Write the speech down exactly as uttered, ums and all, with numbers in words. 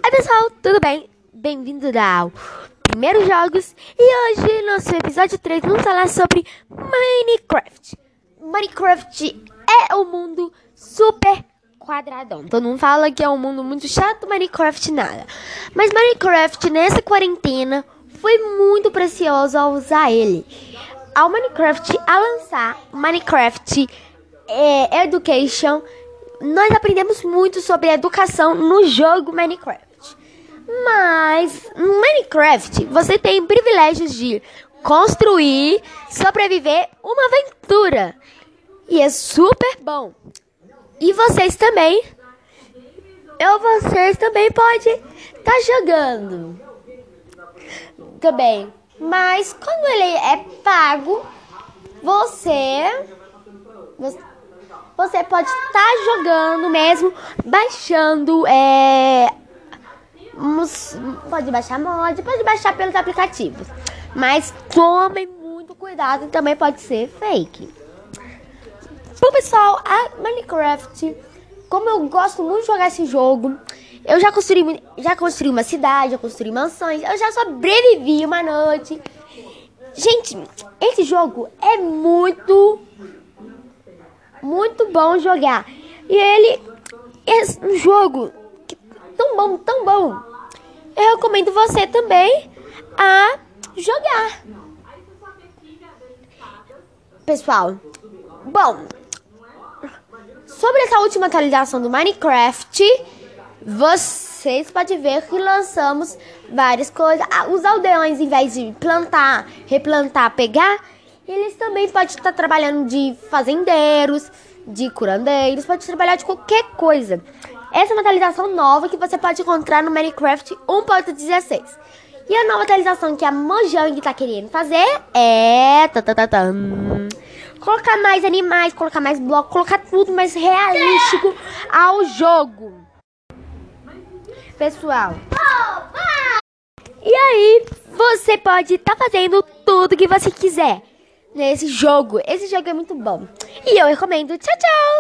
Oi pessoal, tudo bem? Bem-vindo ao Primeiros Jogos. E hoje, nosso episódio três, vamos falar sobre Minecraft. Minecraft é um mundo super quadradão. Todo mundo fala que é um mundo muito chato, Minecraft nada. Mas Minecraft, nessa quarentena, foi muito precioso ao usar ele. Ao Minecraft, a lançar Minecraft é, Education, nós aprendemos muito sobre educação no jogo Minecraft. Mas no Minecraft você tem privilégios de construir, sobreviver uma aventura. E é super bom. E vocês também. Eu vocês também podem estar tá jogando. Também. Mas quando ele é pago, você você Você pode estar tá jogando mesmo, baixando, é, pode baixar mod, pode baixar pelos aplicativos. Mas tomem muito cuidado, também pode ser fake. Bom, pessoal, a Minecraft, como eu gosto muito de jogar esse jogo, eu já construí, já construí uma cidade, já construí mansões, eu já sobrevivi uma noite. Gente, esse jogo é muito... muito bom jogar. E ele é um jogo tão bom, tão bom. Eu recomendo você também a jogar. Pessoal, bom, sobre essa última atualização do Minecraft, vocês podem ver que lançamos várias coisas. Os aldeões, em vez de plantar, replantar, pegar, eles também podem estar trabalhando de fazendeiros, de curandeiros, pode trabalhar de qualquer coisa. Essa é uma atualização nova que você pode encontrar no Minecraft um ponto dezesseis. E a nova atualização que a Mojang está querendo fazer é... colocar mais animais, colocar mais blocos, colocar tudo mais realístico ao jogo. Pessoal, e aí você pode estar fazendo tudo que você quiser nesse jogo. Esse jogo é muito bom. E eu recomendo. Tchau, tchau!